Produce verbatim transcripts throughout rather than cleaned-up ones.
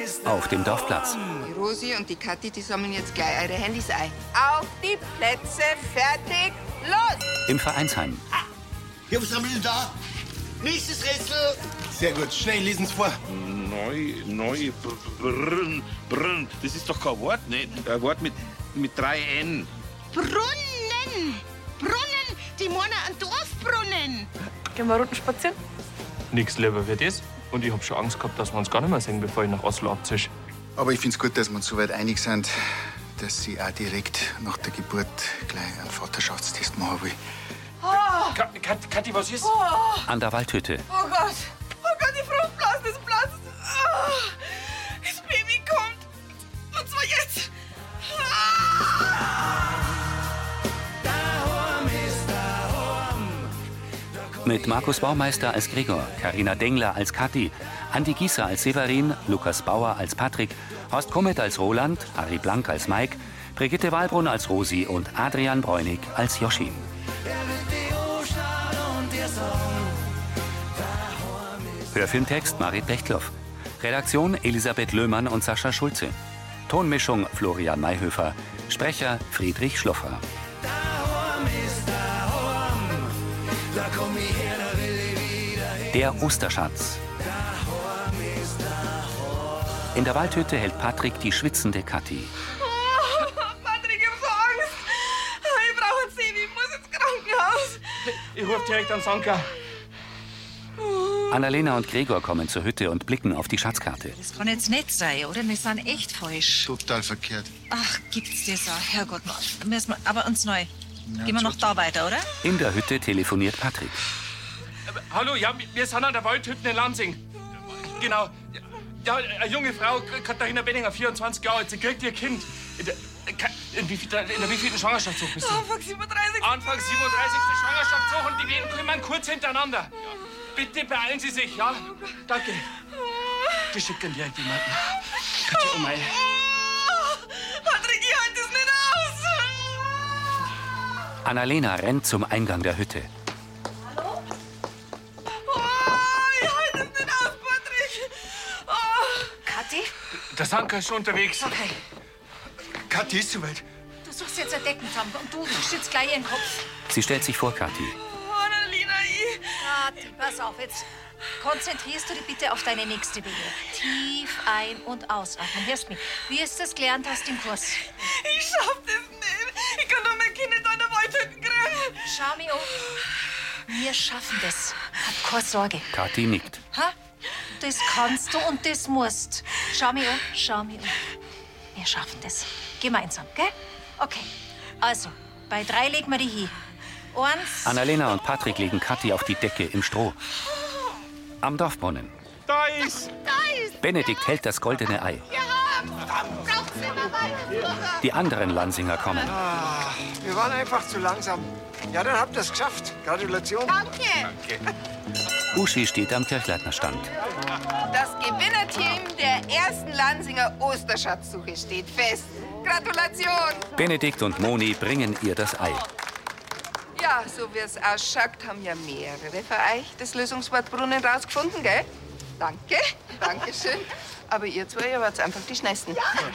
Auf dem Dorfplatz. Die Rosi und die Kathi, die sammeln jetzt gleich eure Handys ein. Auf die Plätze, fertig, los! Im Vereinsheim. Ja, was haben wir denn da? Nächstes Rätsel. Sehr gut, schnell, lesen Sie vor. Neu, neu, brunn, brunn. Das ist doch kein Wort, nicht? Ein Wort mit, mit drei N. Brunnen! Brunnen! Die meinen einen Dorfbrunnen! Gehen wir unten spazieren? Nichts lieber wie das. Und ich hab schon Angst gehabt, dass wir uns gar nicht mehr sehen, bevor ich nach Oslo abziehe. Aber ich find's gut, dass wir uns so weit einig sind, dass sie auch direkt nach der Geburt gleich einen Vaterschaftstest machen will. Oh. Ka Kat Kathi, was ist? Oh. An der Waldhütte. Oh Gott! Oh Gott, die Fruchtblase ist platzt! Oh. Das Baby kommt! Und zwar jetzt! Mit Markus Baumeister als Gregor, Carina Dengler als Kathi, Andi Gieser als Severin, Lukas Bauer als Patrick, Horst Kummet als Roland, Harry Blank als Mike, Brigitte Wahlbrunn als Rosi und Adrian Bräunig als Joschi. Hörfilmtext Marit Bechtloff. Redaktion Elisabeth Löhmann und Sascha Schulze. Tonmischung Florian Mayhöfer. Sprecher Friedrich Schloffer. Der Osterschatz. In der Waldhütte hält Patrick die schwitzende Kathi. Oh, Patrick, ich hab so Angst! Ich brauche ein Sebi, ich muss ins Krankenhaus! Ich ruf direkt an Sanka. Annalena und Gregor kommen zur Hütte und blicken auf die Schatzkarte. Das kann jetzt nicht sein, oder? Wir sind echt falsch. Total verkehrt. Ach, gibt's das auch? Herrgott, müssen wir, aber uns neu. Ja, Gehen wir noch da weiter, oder? In der Hütte telefoniert Patrick. Äh, hallo, ja, wir sind an der Waldhütte in Lansing. Genau. Ja, eine junge Frau, Katharina Benninger, vierundzwanzig Jahre alt, sie kriegt ihr Kind. In der, in, wie viel, in der wievielten Schwangerschaftswoche bist du? Anfang siebenunddreißig. Anfang siebenunddreißigste Schwangerschaftswoche und die Wehen kommen kurz hintereinander. Bitte beeilen Sie sich, ja? Danke. Wir schicken direkt jemanden. Katja, oh mein. Patrick, ich halte es nicht aus! Annalena rennt zum Eingang der Hütte. Hallo? Oh, ich halte es nicht aus, Patrick! Oh. Kathi? Der Sanka ist schon unterwegs. Okay. Kathi ist soweit. Du suchst jetzt eine Decken zusammen und du schützt gleich ihren Kopf. Sie stellt sich vor Kathi. Oh, Annalena, ich... Kathi, pass auf, jetzt konzentrierst du dich bitte auf deine nächste Bewegung. Tief ein- und ausatmen. Hörst mich? Wie ist das gelernt hast im Kurs? Ich schaff das nicht. Ich kann doch mein Kind nicht an der Waldhütte kriegen. Schau mich um. Wir schaffen das. Hab keine Sorge. Kathi nickt. Ha? Das kannst du und das musst. Schau mich um, schau mich um. Wir schaffen das. Gemeinsam, gell? Okay. Also, bei drei legen wir die hin. Eins. Annalena und Patrick legen Kathi auf die Decke im Stroh. Am Dorfbrunnen. Da ist! Da ist! Benedikt hält das goldene Ei. Die anderen Lansinger kommen. Ah, wir waren einfach zu langsam. Ja, dann habt ihr es geschafft. Gratulation. Danke! Uschi steht am Kirchleitnerstand. Das Gewinnerteam der ersten Lansinger Osterschatzsuche steht fest. Gratulation! Benedikt und Moni bringen ihr das Ei. Ja, so wie es ausschaut, haben ja mehrere für euch das Lösungswort Brunnen rausgefunden, gell? Danke, danke schön. Aber ihr zwei, ihr wart einfach die Schnellsten.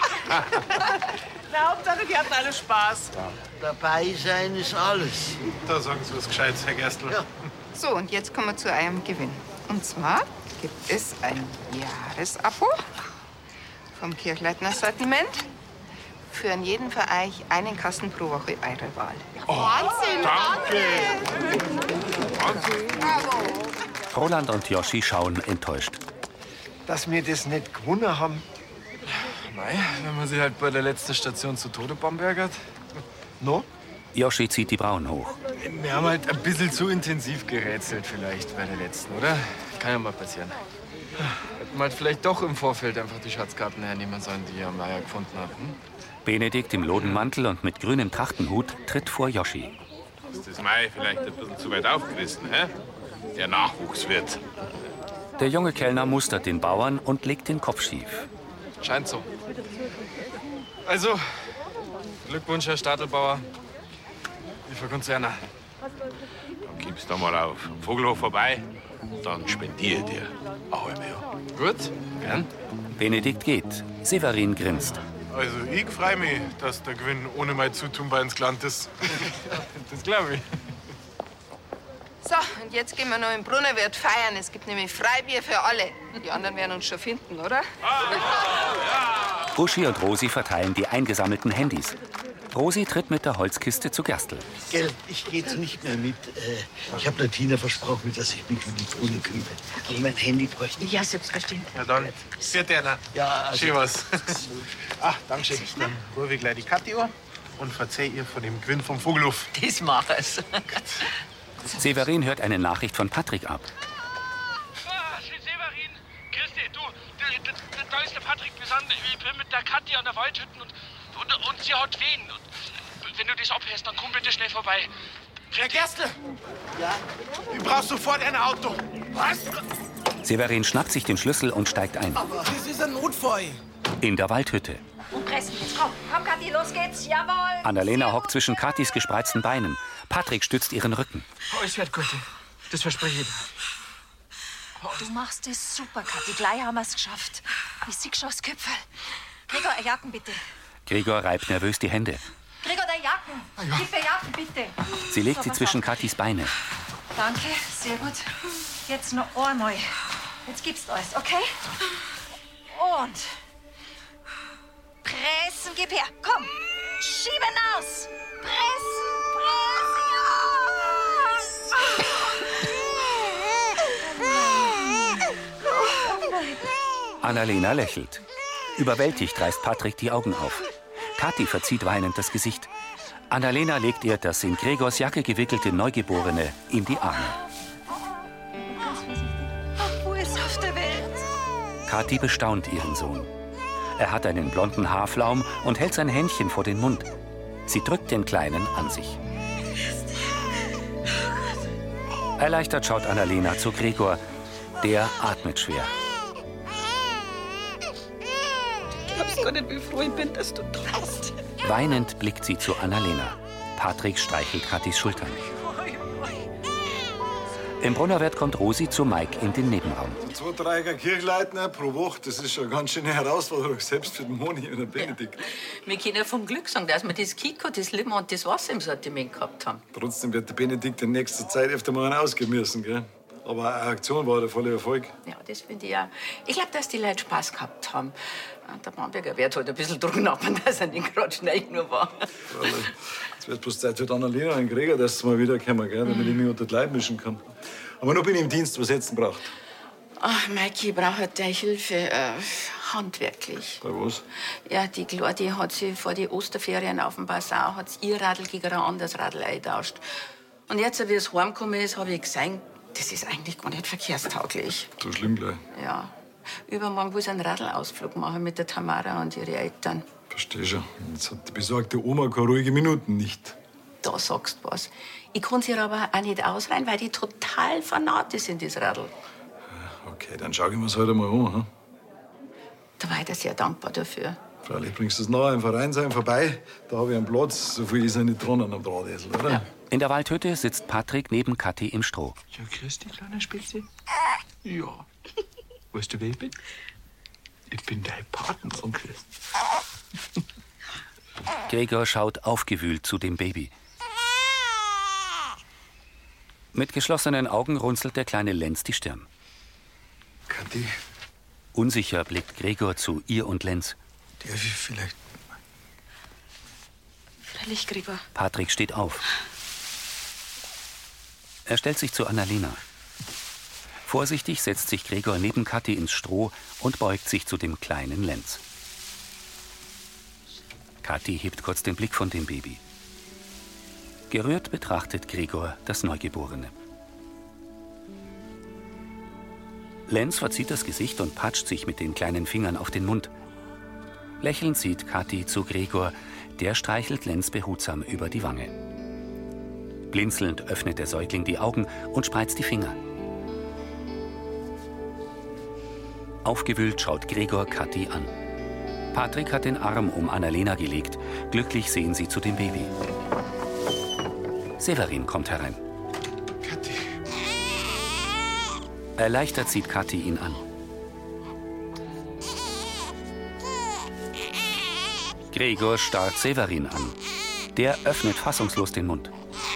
Na, Hauptsache, die hatten alle Spaß. Dabei sein ist alles. Da sagen Sie was Gescheites, Herr Gerstl. Ja. So, und jetzt kommen wir zu eurem Gewinn. Und zwar gibt es ein Jahresabo vom Kirchleitner Sortiment. Für jeden für euch einen Kasten pro Woche eurer Wahl. Wahnsinn! Danke! Wahnsinn! Bravo! Roland und Joschi schauen enttäuscht. Dass wir das nicht gewonnen haben. Nein, wenn man sich halt bei der letzten Station zu Tode bambergert. No? Joschi zieht die Brauen hoch. Wir haben halt ein bisschen zu intensiv gerätselt vielleicht bei der letzten, oder? Kann ja mal passieren. Hätten wir halt vielleicht doch im Vorfeld einfach die Schatzkarten hernehmen sollen, die ihr am Eier gefunden habt. Hm? Benedikt im Lodenmantel und mit grünem Trachtenhut tritt vor Joschi. Ist das Mai vielleicht ein bisschen zu weit aufgerissen, hä? Der Nachwuchswirt. Der junge Kellner mustert den Bauern und legt den Kopf schief. Scheint so. Also, Glückwunsch, Herr Stadelbauer. Liefer Konzerner. Dann gib's doch mal auf. Am Vogelhof vorbei. Dann spendiere ich dir ein halbes Jahr. Gut. Gern? Benedikt geht. Severin grinst. Also, ich freue mich, dass der Gewinn ohne mein Zutun bei uns gelandet ist. Das glaube ich. So, und jetzt gehen wir noch im Brunnerwirt feiern. Es gibt nämlich Freibier für alle. Die anderen werden uns schon finden, oder? Uschi und Rosi verteilen die eingesammelten Handys. Rosi tritt mit der Holzkiste zu Gerstl. Gell, ich gehe jetzt nicht mehr mit. Äh, ich habe der Tina versprochen, dass ich mich um die Brunnen kümmere. Aber mein Handy bräuchte ich. Ja, selbstverständlich. Ja, dann. Sehr gerne. Ja, also, schön was. Ach, danke schön. Dann rufe ich gleich die Kathi an und verzeih ihr von dem Gewinn vom Vogelhof. Das mach ich. Severin hört eine Nachricht von Patrick ab. Ah, Severin, Christi, du, da, da, da ist der Patrick besandt. Ich bin mit der Kathi an der Waldhütte und, und, und sie hat Wehen. Und wenn du das abhörst, dann komm bitte schnell vorbei. Herr Gerstl! Ja? Du brauchst sofort ein Auto. Was? Severin schnappt sich den Schlüssel und steigt ein. Aber das ist ein Notfall. In der Waldhütte. Und pressen jetzt, komm. Komm, Kathi, los geht's. Jawohl. Annalena hockt zwischen Kathis gespreizten Beinen. Patrick stützt ihren Rücken. Oh, es wird gut. Das verspreche ich. Du machst es super, Kathi. Gleich haben wir's geschafft. Ich sehe schon das Köpfel. Gregor, eine Jacken bitte. Gregor reibt nervös die Hände. Gregor, deine Jacken. Ah, ja. Gib mir Jacken, bitte. Sie legt So, sie pass zwischen auf. Kathis Beine. Danke, sehr gut. Jetzt noch einmal. Jetzt gibst du alles, okay? Und pressen, gib her. Komm, schieben aus. Pressen, pressen. Annalena lächelt. Überwältigt reißt Patrick die Augen auf. Kathi verzieht weinend das Gesicht. Annalena legt ihr das in Gregors Jacke gewickelte Neugeborene in die Arme. Wo ist auf der Welt? Kathi bestaunt ihren Sohn. Er hat einen blonden Haarflaum und hält sein Händchen vor den Mund. Sie drückt den Kleinen an sich. Erleichtert schaut Annalena zu Gregor. Der atmet schwer. Ich glaub's gar nicht, wie froh ich bin, dass du da bist. Weinend blickt sie zu Annalena. Patrick streichelt Kathis Schultern. Im Brunnerwirt kommt Rosi zu Mike in den Nebenraum. Zwei, drei Kirchleitner pro Woche, das ist schon eine ganz schöne Herausforderung, selbst für den Moni und den Benedikt. Wir können vom Glück sagen, dass wir das Kiko, das Limo und das Wasser im Sortiment gehabt haben. Trotzdem wird der Benedikt in nächster Zeit öfter mal einen ausgeben müssen, gell? Aber eine Aktion war der volle Erfolg. Ja, das finde ich auch. Ich glaube, dass die Leute Spaß gehabt haben. Und der Bamberger wird halt ein bisschen drücken ab, dass er nicht gerade schnell nur war. Jetzt wird bloß Zeit für die Annalena und Gregor, dass sie mal wiederkommen, gell? Damit ich mich unter die Leib mischen kann. Aber noch bin ich im Dienst, was jetzt braucht. Ach, Maiki, ich brauche deine Hilfe, äh, handwerklich. Bei was? Ja, die Kleine, die hat sie vor den Osterferien auf dem Basar, hat sie ihr Radl gegen ein anderes Radl eingetauscht. Und jetzt, wie es heimgekommen ist, habe ich gesehen, das ist eigentlich gar nicht verkehrstauglich. So schlimm gleich. Ja. Übermorgen will sie einen Radlausflug machen mit der Tamara und ihren Eltern. Versteh schon. Jetzt hat die besagte Oma keine ruhige Minuten nicht. Da sagst du was. Ich kann sie aber auch nicht ausreihen, weil die total fanatisch sind, das Radl. Okay, dann schau ich mir's halt einmal an. Hm? Da war ich dir sehr dankbar dafür. Freilich bringst du es nachher im Verein sein vorbei. Da habe ich einen Platz. So viel ist ja nicht dran an einem Drahtesel, oder? Ja. In der Waldhütte sitzt Patrick neben Kathi im Stroh. Ja, grüß dich, kleiner Spitze. Ja. Weißt du, wer ich bin? Ich bin dein Patenonkel. Gregor schaut aufgewühlt zu dem Baby. Mit geschlossenen Augen runzelt der kleine Lenz die Stirn. Kathi? Unsicher blickt Gregor zu ihr und Lenz. Darf ich vielleicht? Freilich, Gregor. Patrick steht auf. Er stellt sich zu Annalena. Vorsichtig setzt sich Gregor neben Kathi ins Stroh und beugt sich zu dem kleinen Lenz. Kathi hebt kurz den Blick von dem Baby. Gerührt betrachtet Gregor das Neugeborene. Lenz verzieht das Gesicht und patscht sich mit den kleinen Fingern auf den Mund. Lächelnd sieht Kathi zu Gregor, der streichelt Lenz behutsam über die Wange. Blinzelnd öffnet der Säugling die Augen und spreizt die Finger. Aufgewühlt schaut Gregor Kathi an. Patrick hat den Arm um Annalena gelegt. Glücklich sehen sie zu dem Baby. Severin kommt herein. Kathi. Erleichtert sieht Kathi ihn an. Gregor starrt Severin an. Der öffnet fassungslos den Mund.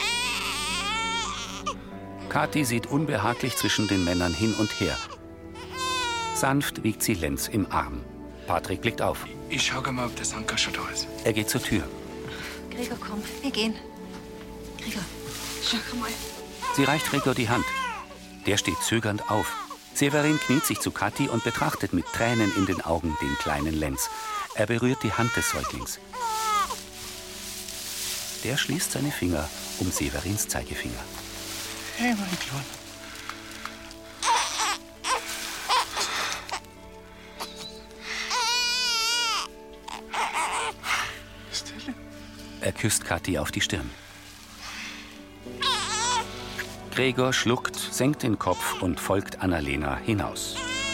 Kathi sieht unbehaglich zwischen den Männern hin und her. Sanft wiegt sie Lenz im Arm. Patrick blickt auf. Ich schau mal, ob der Sanka schon da ist. Er geht zur Tür. Gregor, komm, wir gehen. Gregor, schau mal. Sie reicht Gregor die Hand. Der steht zögernd auf. Severin kniet sich zu Kathi und betrachtet mit Tränen in den Augen den kleinen Lenz. Er berührt die Hand des Säuglings. Der schließt seine Finger um Severins Zeigefinger. Hey, mein Kleiner. Er küsst Kathi auf die Stirn. Gregor schluckt, senkt den Kopf und folgt Annalena hinaus.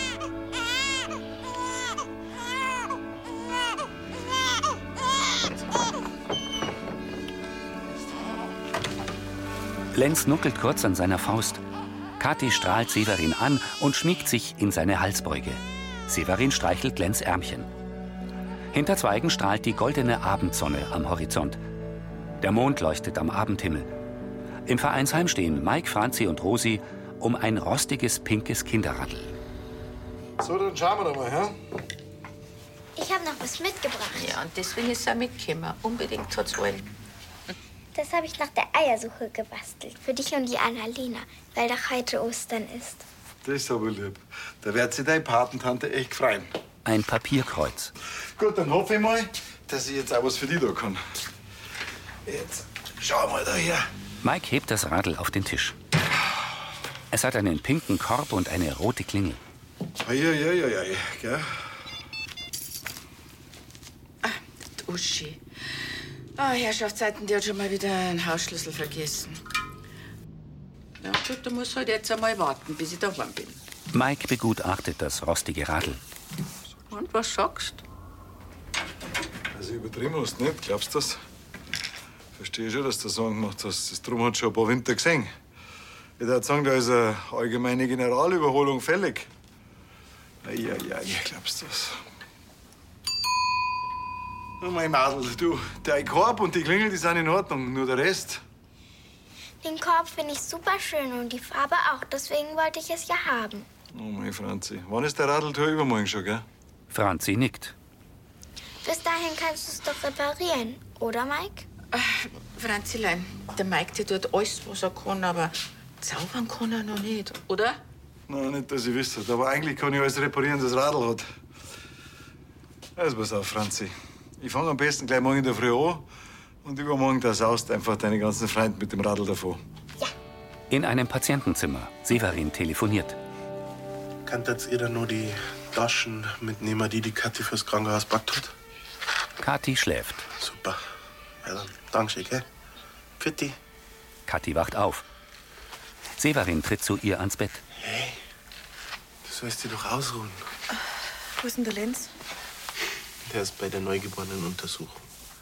Lenz nuckelt kurz an seiner Faust. Kathi strahlt Severin an und schmiegt sich in seine Halsbeuge. Severin streichelt Lenz Ärmchen. Hinter Zweigen strahlt die goldene Abendsonne am Horizont. Der Mond leuchtet am Abendhimmel. Im Vereinsheim stehen Mike, Franzi und Rosi um ein rostiges, pinkes Kinderradl. So, dann schauen wir doch mal, ja? Ich habe noch was mitgebracht. Ja, und deswegen ist er mitgekommen. Unbedingt hat's wollen. Das habe ich nach der Eiersuche gebastelt. Für dich und die Annalena, weil doch heute Ostern ist. Das ist aber lieb. Da wird sich deine Patentante echt freuen. Ein Papierkreuz. Gut, dann hoffe ich mal, dass ich jetzt auch was für dich da kann. Jetzt schau mal da her. Mike hebt das Radl auf den Tisch. Es hat einen pinken Korb und eine rote Klingel. Eieieiei, gell? Die Uschi. Ah, Herrschaftszeiten, die hat schon mal wieder einen Hausschlüssel vergessen. Ja gut, da muss halt jetzt einmal warten, bis ich daheim bin. Mike begutachtet das rostige Radl. Und was sagst du? Also übertrieben hast du nicht, glaubst du das? Verstehe schon, dass du das Sorgen gemacht hast. Das Drum hat schon ein paar Winter gesehen. Ich würde sagen, da ist eine allgemeine Generalüberholung fällig. Eieiei, glaubst du das? Oh, mein Madel, du, der Korb und die Klingel, die sind in Ordnung. Nur der Rest. Den Korb finde ich super schön und die Farbe auch. Deswegen wollte ich es ja haben. Oh, mein Franzi. Wann ist der Radltour übermorgen schon, gell? Franzi nickt. Bis dahin kannst du es doch reparieren, oder, Mike? Ach, Franzilein, der Mike, der tut alles, was er kann, aber zaubern kann er noch nicht, oder? Nein, nicht, dass ich wüsste. Aber eigentlich kann ich alles reparieren, das Radl hat. Also pass auf, Franzi. Ich fange am besten gleich morgen in der Früh an und übermorgen da saust einfach deine ganzen Freunde mit dem Radl davon. Ja. In einem Patientenzimmer. Severin telefoniert. Kanntet ihr dann nur die Taschen mitnehmen, die die Kathi fürs Krankenhaus backt hat? Kathi schläft. Super. Ja, dann danke, gell? Für die. Kathi wacht auf. Severin tritt zu ihr ans Bett. Hey, du sollst dich doch ausruhen. Wo ist denn der Lenz? Der ist bei der Neugeborenen Untersuchung.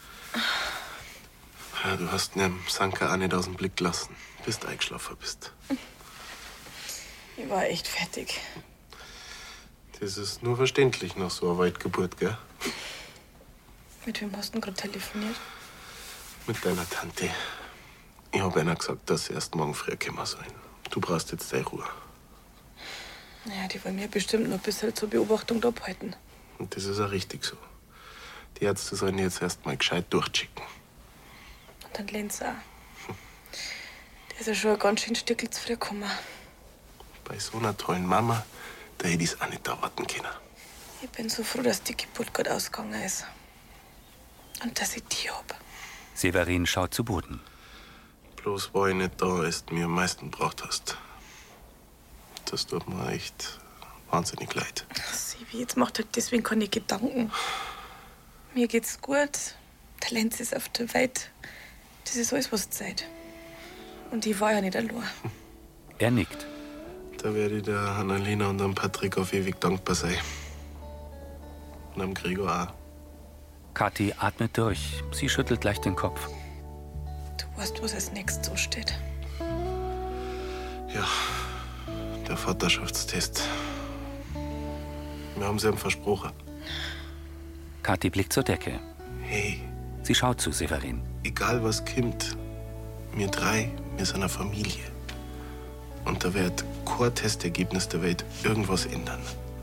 Ja, du hast den Sanka auch nicht aus dem Blick gelassen, bis du eingeschlafen bist. Ich war echt fertig. Das ist nur verständlich nach so einer Waldgeburt, gell? Mit wem hast du denn gerade telefoniert? Mit deiner Tante. Ich hab ihnen gesagt, dass sie erst morgen früh kommen sollen. Du brauchst jetzt deine Ruhe. Naja, die wollen mir bestimmt noch ein bisschen zur Beobachtung da abhalten. Und das ist auch richtig so. Die Ärzte sollen jetzt erst mal gescheit durchchecken. Und dann Lenz auch. Der ist ja schon ein ganz schön Stückel zu früh gekommen. Bei so einer tollen Mama, da hätte ich's auch nicht erwarten können. Ich bin so froh, dass die Geburt gut ausgegangen ist. Und dass ich die hab. Severin schaut zu Boden. Bloß war ich nicht da, als du mir am meisten gebraucht hast. Das tut mir echt wahnsinnig leid. Sivi, jetzt macht halt deswegen keine Gedanken. Mir geht's gut. Der Lenz ist auf der Welt. Das ist alles, was Zeit. Und ich war ja nicht allein. Er nickt. Da werde ich der Annalena und dem Patrick auf ewig dankbar sein. Und dem Gregor auch. Kathi atmet durch. Sie schüttelt leicht den Kopf. Du weißt, was als nächstes so steht. Ja, der Vaterschaftstest. Wir haben sie ihm versprochen. Kathi blickt zur Decke. Hey. Sie schaut zu Severin. Egal was kommt, wir drei, wir sind eine Familie. Und da wird kein Testergebnis der Welt irgendwas ändern.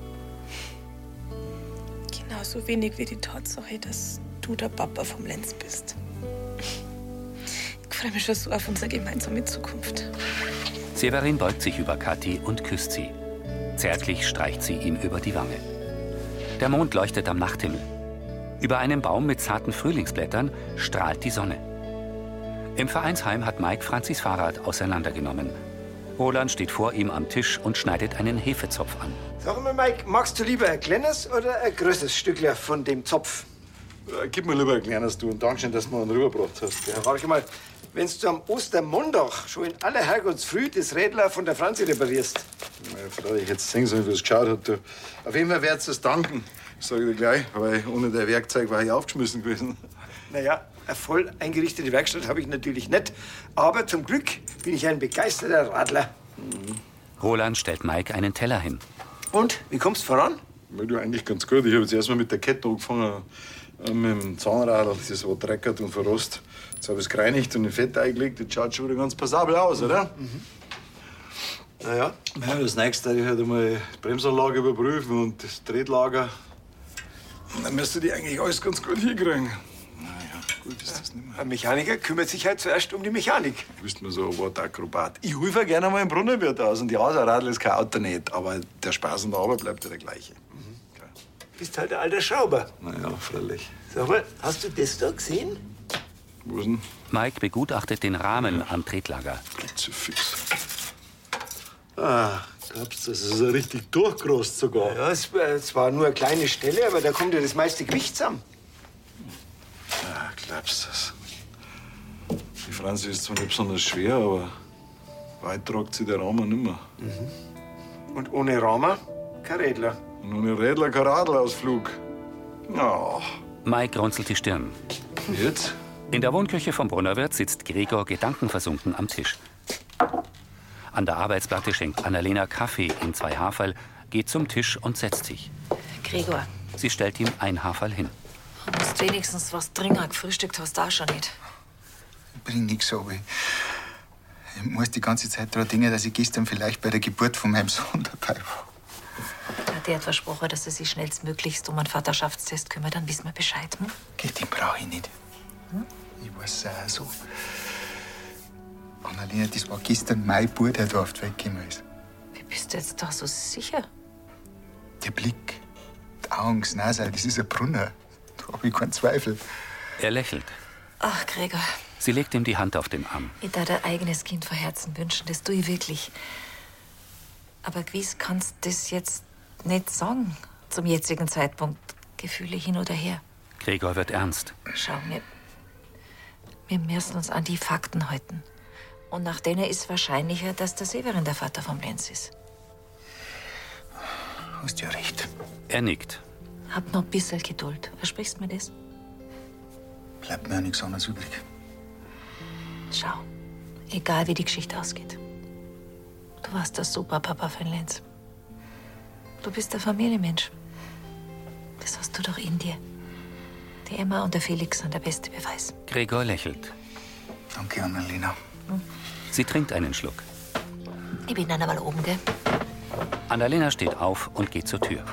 Genauso wenig wie die Tatsache, dass du der Papa vom Lenz bist. Ich freue mich schon so auf unsere gemeinsame Zukunft. Severin beugt sich über Kathi und küsst sie. Zärtlich streicht sie ihm über die Wange. Der Mond leuchtet am Nachthimmel. Über einem Baum mit zarten Frühlingsblättern strahlt die Sonne. Im Vereinsheim hat Mike Franzis Fahrrad auseinandergenommen. Roland steht vor ihm am Tisch und schneidet einen Hefezopf an. Sag mal, Mike, magst du lieber ein kleines oder ein größeres Stückchen von dem Zopf? Äh, gib mir lieber ein kleines, du. Und Dankeschön, dass du mir einen rübergebracht hast. Ja, warte mal. Wenn du am Ostermontag schon in aller Herrgottsfrüh das Rädler von der Franzi reparierst. Meine Frau, ich jetzt sehen sollen, wie es geschaut hat. Du. Auf jeden Fall wird's es danken, sag ich dir gleich. Weil ohne dein Werkzeug war ich aufgeschmissen gewesen. Naja, eine voll eingerichtete Werkstatt habe ich natürlich nicht. Aber zum Glück bin ich ein begeisterter Radler. Mhm. Roland stellt Mike einen Teller hin. Und, wie kommst du voran? Ja, du, eigentlich ganz gut. Ich habe jetzt erst mal mit der Kette angefangen, äh, mit dem Zahnradl. Das war dreckert und verrostet. Jetzt habe ich es gereinigt und in Fett eingelegt. Das schaut schon wieder ganz passabel aus, oder? Mhm. Naja. Ja, das nächste werde ich halt einmal die Bremsanlage überprüfen und das Tretlager. Und dann müsste die eigentlich alles ganz gut hinkriegen. Naja, gut ist das nicht mehr. Ein Mechaniker kümmert sich halt zuerst um die Mechanik. Du bist mir so ein Wortakrobat. Ich helfe gerne mal im Brunnenwirt aus. Und ja, der Radl ist kein Auto nicht, aber der Spaß an der Arbeit bleibt ja der gleiche. Mhm. Bist halt ein alter Schrauber. Naja, freilich. Sag mal, hast du das da gesehen? Wo ist denn? Mike begutachtet den Rahmen am Tretlager. Fix. Ah, glaubst du, das ist ja richtig durchgerost sogar. Ja, es war, es war nur eine kleine Stelle, aber da kommt ja das meiste Gewicht zusammen. Ja, glaubst du das? Die Franzi ist zwar nicht besonders schwer, aber weit tragt sie der Rahmen nicht mehr. Mhm. Und ohne Rahmen kein Rädler. Und ohne Rädler kein Radlausflug. Ja. Mike runzelt die Stirn. Jetzt? In der Wohnküche vom Brunnerwirt sitzt Gregor gedankenversunken am Tisch. An der Arbeitsplatte schenkt Annalena Kaffee in zwei Haferl, geht zum Tisch und setzt sich. Gregor, Sie stellt ihm ein Haferl hin. du musst wenigstens was trinken. Gefrühstückt hast du auch schon nicht. Ich bring nichts, aber ich, ich muss die ganze Zeit daran denken, dass ich gestern vielleicht bei der Geburt von meinem Sohn dabei war. Ja, der hat versprochen, dass er sich schnellstmöglichst um einen Vaterschaftstest kümmert. Dann wissen wir Bescheid. Hm? Okay, den brauche ich nicht. Hm? Ich weiß äh, so. Annalena, das war gestern mein Bruder, der da auf die Welt gekommen ist. Wie bist du jetzt da so sicher? Der Blick, die Augen, das Nase, das ist ein Brunner. Da habe ich keinen Zweifel. Er lächelt. Ach, Gregor, Sie legt ihm die Hand auf den Arm. ich darf dein eigenes Kind von Herzen wünschen. Das tue ich wirklich. Aber gewiss kannst du das jetzt nicht sagen. Zum jetzigen Zeitpunkt. Gefühle hin oder her. Gregor wird ernst. Schau, wir, wir müssen uns an die Fakten halten. Und nach denen ist es wahrscheinlicher, dass der Severin der Vater vom Lenz ist. Hast ja recht. Er nickt. Hab noch ein bisschen Geduld. Versprichst du mir das? Bleibt mir ja nichts anderes übrig. Schau, egal wie die Geschichte ausgeht. Du warst der super Papa für den Lenz. Du bist der Familienmensch. Das hast du doch in dir. Die Emma und der Felix sind der beste Beweis. Gregor lächelt. Danke, Annalena. Hm? Sie trinkt einen Schluck. Ich bin dann einmal oben, gell? Annalena steht auf und geht zur Tür.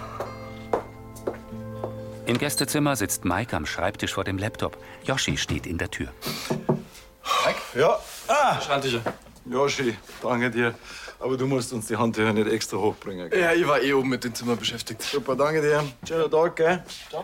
Im Gästezimmer sitzt Mike am Schreibtisch vor dem Laptop. Joschi steht in der Tür. Mike? Ja. Ah! Schrantiger. Joschi, danke dir. Aber du musst uns die Handtücher nicht extra hochbringen. Gell? Ja, ich war eh oben mit dem Zimmer beschäftigt. Super, danke dir. Schönen Tag, gell? Ciao.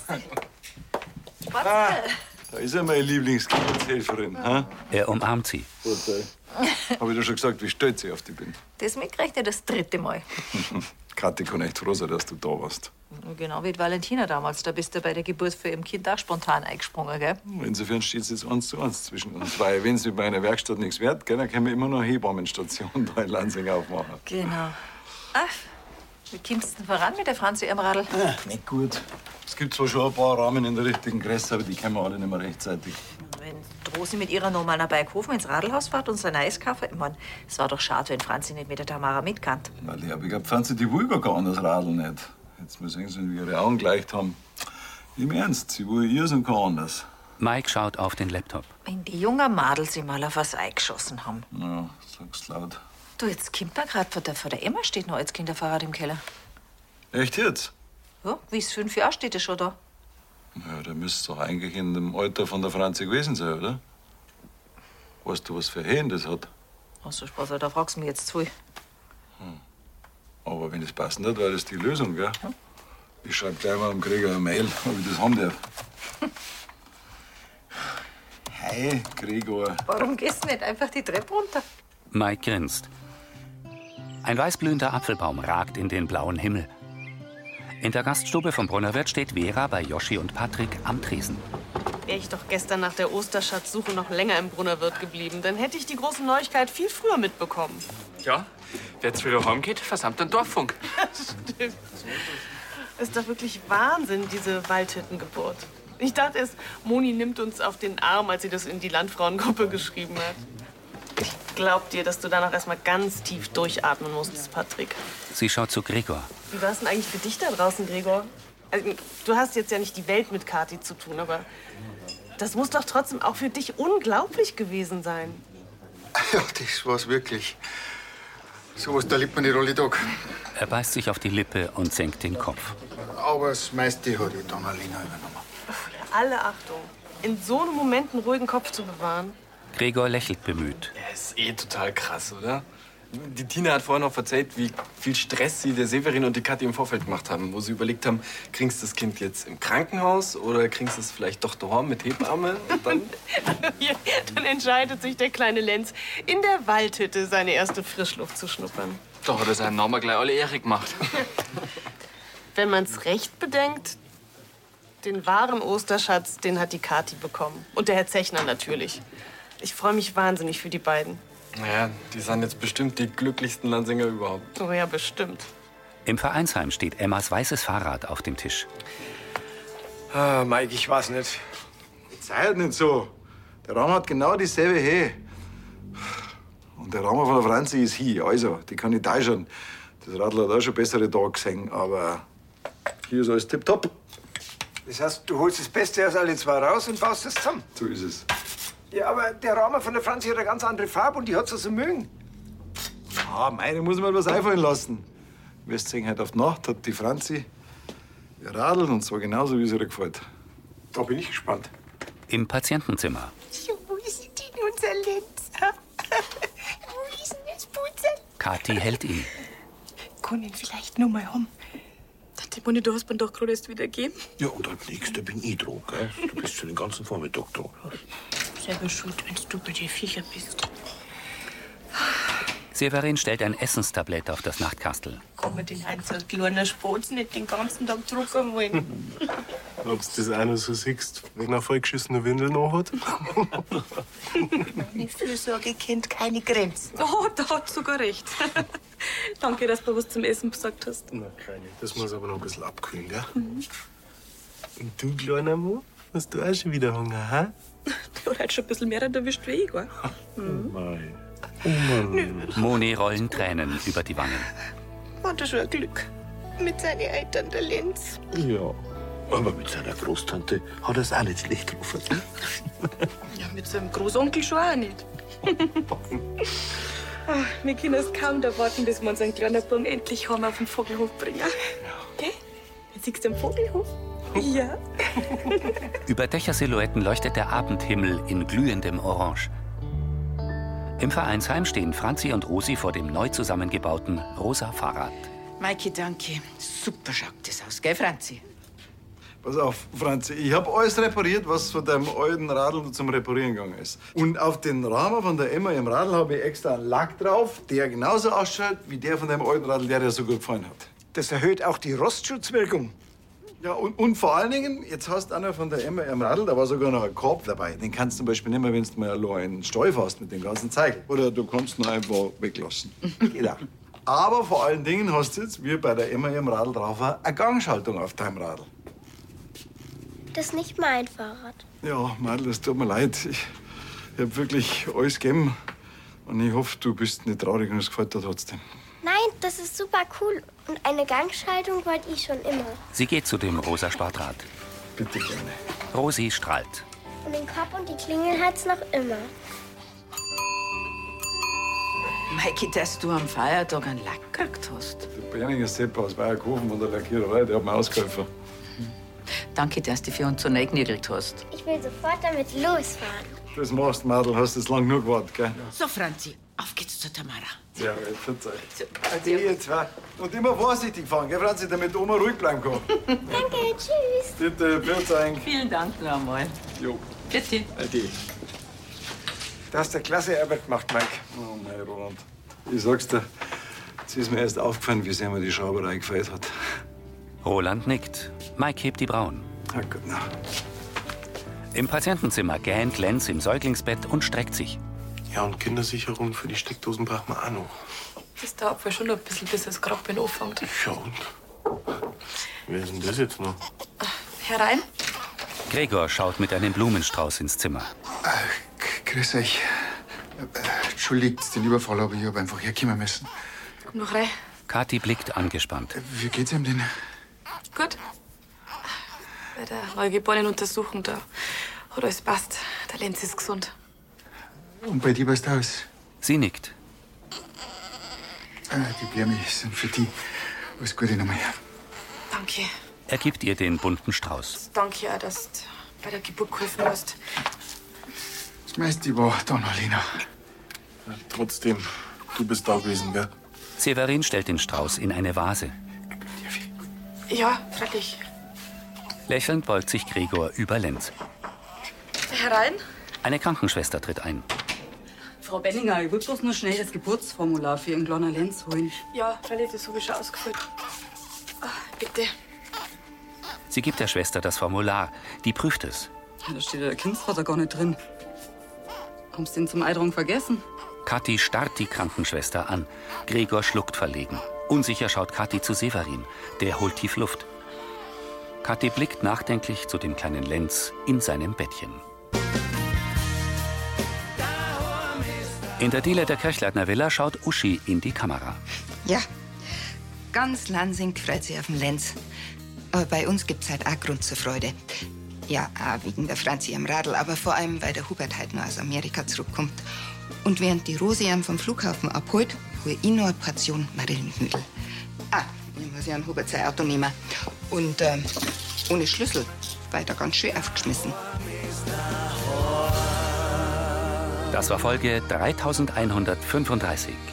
Ah, da ist ja meine Lieblingsgeburtshelferin. Ha? Er umarmt sie. Vorteil. Hab ich dir schon gesagt, wie stolz ich auf dich bin. Das mitgerechnet das dritte Mal. Kathi kann echt froh sein, dass du da warst. Genau wie die Valentina damals. Da bist du bei der Geburt für ihrem Kind auch spontan eingesprungen, gell? Insofern steht es jetzt eins zu eins zwischen uns. Weil, wenn es bei einer Werkstatt nichts wird, gell, dann können wir immer noch eine Hebammenstation da in Lansing aufmachen. Genau. Ach, wie kommst du denn voran mit der Franzi am Radl? Ah, nicht gut. Es gibt zwar schon ein paar Rahmen in der richtigen Größe, aber die kennen wir alle nicht mehr rechtzeitig. Wenn Rosi mit ihrer Nummer nach Beikhofen ins Radlhaus fährt und sein Eis kaufen? Ich mein, es war doch schade, wenn Franzi nicht mit der Tamara mitkann. Weil ich hab, ich glaub, Franzi, die will gar kein anderes Radl nicht. Jetzt mal sehen Sie, wie ihre Augen gleicht haben. Im Ernst, sie will ihrs und kein anderes. Mike schaut auf den Laptop. Wenn die jungen Madel sich mal auf was eingeschossen haben. Ja, sag's laut. Du, jetzt kommt man grad von der, von der Emma, steht noch als Kinderfahrrad im Keller. Echt jetzt? Ja, wie es fünf Jahre steht es schon da. Ja, der müsste doch eigentlich in dem Alter von der Franzi gewesen sein, oder? Weißt du, was für Hähn das hat? Ach so, Spaß, da fragst du mich jetzt zu viel. Hm. Aber wenn das passen hat, wäre das die Lösung, gell? Hm? Ich schreib gleich mal am Krieger eine Mail, ob ich das haben darf. Hey, Gregor. Warum gehst du nicht einfach die Treppe runter? Mike grinst. Ein weißblühender Apfelbaum ragt in den blauen Himmel. In der Gaststube vom Brunnerwirt steht Vera bei Joschi und Patrick am Tresen. Wäre ich doch gestern nach der Osterschatzsuche noch länger im Brunnerwirt geblieben, dann hätte ich die große Neuigkeit viel früher mitbekommen. Ja, wer jetzt wieder heimgeht, versammelt den Dorffunk. Stimmt. Es ist doch wirklich Wahnsinn, diese Waldhüttengeburt. Ich dachte erst, Moni nimmt uns auf den Arm, als sie das in die Landfrauengruppe geschrieben hat. Ich glaub dir, dass du danach erst mal ganz tief durchatmen musstest, Patrick. Sie schaut zu Gregor. Wie war es denn eigentlich für dich da draußen, Gregor? Also, du hast jetzt ja nicht die Welt mit Kathi zu tun, aber das muss doch trotzdem auch für dich unglaublich gewesen sein. Ja, das war's wirklich. So was, da liebt man nicht alle Tag. Er beißt sich auf die Lippe und senkt den Kopf. Aber das meiste hat die Annalena übernommen. Alle Achtung, in so einem Moment einen ruhigen Kopf zu bewahren. Gregor lächelt bemüht. Ja, ist eh total krass, oder? Die Tina hat vorhin noch erzählt, wie viel Stress sie der Severin und die Kathi im Vorfeld gemacht haben, wo sie überlegt haben, kriegst du das Kind jetzt im Krankenhaus oder kriegst du es vielleicht doch daheim mit Hebamme? Und dann Hier, dann entscheidet sich der kleine Lenz, in der Waldhütte seine erste Frischluft zu schnuppern. Da hat er seinen Namen gleich alle Ehre gemacht. Wenn man's recht bedenkt, den wahren Osterschatz, den hat die Kathi bekommen. Und der Herr Zechner natürlich. Ich freue mich wahnsinnig für die beiden. Naja, die sind jetzt bestimmt die glücklichsten Lansinger überhaupt. Oh ja, bestimmt. Im Vereinsheim steht Emmas weißes Fahrrad auf dem Tisch. Ah, Mike, ich weiß nicht. Jetzt sei halt nicht so. Der Rahmen hat genau dieselbe Höhe. Und der Rahmen von der Franzi ist hier. Also, die kann ich täuschen. Das Radl hat auch schon bessere Tage gesehen, aber hier ist alles tipptopp. Das heißt, du holst das Beste aus alle zwei raus und baust es zusammen. So ist es. Ja, aber der Rahmen von der Franzi hat eine ganz andere Farbe und die hat sie so mögen. Ah, meine muss man was einfallen lassen. Wirst sehen, heute auf die Nacht hat die Franzi ihr Radl und zwar genauso, wie es ihr gefällt. Da bin ich gespannt. Im Patientenzimmer. So, wo ist denn unser Lenz? Wo ist denn das Putzel? Kathi hält ihn. Kann ihn vielleicht nur mal haben. Die Moni, du hast mir doch gerade erst wieder gegeben. Ja, und als Nächster bin ich dran, gell? Du bist schon den ganzen Vormittag dran. Selber schuld, wenn du bei den Viecher bist. Severin stellt ein Essenstablett auf das Nachtkastel. Kann man den Heinz als kleiner Spatz nicht den ganzen Tag drucken wollen? Ob du das auch noch so siehst, wenn er vollgeschissene Windeln noch hat? Meine Fürsorge kennt keine Grenzen. Oh, da hat sogar recht. Danke, dass du was zum Essen gesagt hast. Na, keine. Das muss aber noch ein bisschen abkühlen, gell? Mhm. Und du, kleiner Mo, hast du auch schon wieder Hunger, hä? Du hast halt schon ein bisschen mehr erwischt wie ich, gell? Mhm. Mei. Oh Mann. Moni rollen Tränen über die Wangen. War das schon ein Glück. Mit seinen Eltern, der Lenz. Ja, aber mit seiner Großtante hat er es auch nicht schlecht gerufen. Ja, mit seinem Großonkel schon auch nicht. Ach, wir können es kaum erwarten, bis wir unseren kleinen Buben endlich heim auf den Vogelhof bringen. Ja. Gell? Jetzt siehst du den Vogelhof? Ja. Über Dächersilhouetten leuchtet der Abendhimmel in glühendem Orange. Im Vereinsheim stehen Franzi und Rosi vor dem neu zusammengebauten rosa Fahrrad. Maike, danke. Super schaut das aus, gell, Franzi? Pass auf, Franzi, ich hab alles repariert, was von deinem alten Radl zum Reparieren gegangen ist. Und auf den Rahmen von der Emma im Radl habe ich extra einen Lack drauf, der genauso ausschaut wie der von deinem alten Radl, der dir so gut gefallen hat. Das erhöht auch die Rostschutzwirkung. Ja, und, und vor allen Dingen, jetzt hast du einer von der Emma im Radl, da war sogar noch ein Korb dabei. Den kannst du zum Beispiel nicht mehr, wenn du mal allein einen Stall fährst mit dem ganzen Zeug. Oder du kannst ihn einfach weglassen. Genau. Aber vor allen Dingen hast du jetzt, wie bei der Emma im Radl drauf, eine Gangschaltung auf deinem Radl. Das ist nicht mein Fahrrad. Ja, Madel, es tut mir leid. Ich, Ich hab wirklich alles gegeben. Und ich hoffe, du bist nicht traurig und es gefällt dir trotzdem. Nein, das ist super cool. Und eine Gangschaltung wollte ich schon immer. Sie geht zu dem rosa Sportrad. Bitte gerne. Rosi strahlt. Und den Kopf und die Klingel hat's noch immer. Maiki, dass du am Feiertag einen Lack gekriegt hast. Der Berninger Sepp aus Bayerkofen von der Lackiererei, der hat mir ausgeholfen. Danke, dass du für uns so reingenägelt hast. Ich will sofort damit losfahren. Das machst du, Madel. Hast jetzt lang genug gewartet, gell? So, Franzi, auf geht's zur Tamara. Sehr gut, verzeih. Ade, ihr zwei. Und immer vorsichtig fahren, gell, Franzi, damit Oma ruhig bleiben kann. Danke, tschüss. Bitte, verzeih. Vielen Dank noch einmal. Jo. Bitte. Ade. Du hast eine klasse Arbeit gemacht, Mike. Oh mein Roland. Ich sag's dir, jetzt ist mir erst aufgefallen, wie sehr mir die Schrauberei gefällt hat. Roland nickt. Mike hebt die Brauen. Ah, gut, na. Im Patientenzimmer gähnt Lenz im Säuglingsbett und streckt sich. Ja, und Kindersicherung für die Steckdosen braucht man auch noch. Das dauert wohl schon noch ein bisschen, bis das Graben anfängt. Ja, und? Wer ist denn das jetzt noch? Herein? Gregor schaut mit einem Blumenstrauß ins Zimmer. Grüß euch. Äh, Entschuldigt den Überfall, aber ich hab einfach herkommen müssen. Komm noch rein. Kathi blickt angespannt. Wie geht's ihm denn? Gut. Bei der Neugeborenen-Untersuchung, da hat alles passt. Der Lenz ist gesund. Und bei dir passt aus? Sie nickt. Ah, die Blumen sind für die. Alles Gute nochmal. Danke. Er gibt ihr den bunten Strauß. Danke auch, dass du bei der Geburt geholfen hast. Das meiste war dann, Alina. Ja, trotzdem, du bist da gewesen, gell? Severin stellt den Strauß in eine Vase. Ja, freilich. Lächelnd beugt sich Gregor über Lenz. Herein? Eine Krankenschwester tritt ein. Frau Benninger, ich wollte bloß noch schnell das Geburtsformular für Ihren kleinen Lenz holen. Ja, freilich, das habe ich schon ausgefüllt. Ah, bitte. Sie gibt der Schwester das Formular. Die prüft es. Ja, da steht ja der Kindsvater gar nicht drin. Haben Sie den zum Eidrung vergessen? Kathi starrt die Krankenschwester an. Gregor schluckt verlegen. Unsicher schaut Kathi zu Severin. Der holt tief Luft. Kathi blickt nachdenklich zu dem kleinen Lenz in seinem Bettchen. In der Diele der Kirchleitner Villa schaut Uschi in die Kamera. Ja, ganz Lansing freut sich auf den Lenz. Aber bei uns gibt's halt auch Grund zur Freude. Ja, auch wegen der Franzi am Radl, aber vor allem, weil der Hubert halt noch aus Amerika zurückkommt. Und während die Rosi ihn vom Flughafen abholt, hole ich noch eine Portion Marillenknödel. Ah, ich muss ja an Hubert sein Auto nehmen. Und ähm, ohne Schlüssel, weil er ganz schön aufgeschmissen. Das war Folge dreitausendeinhundertfünfunddreißig.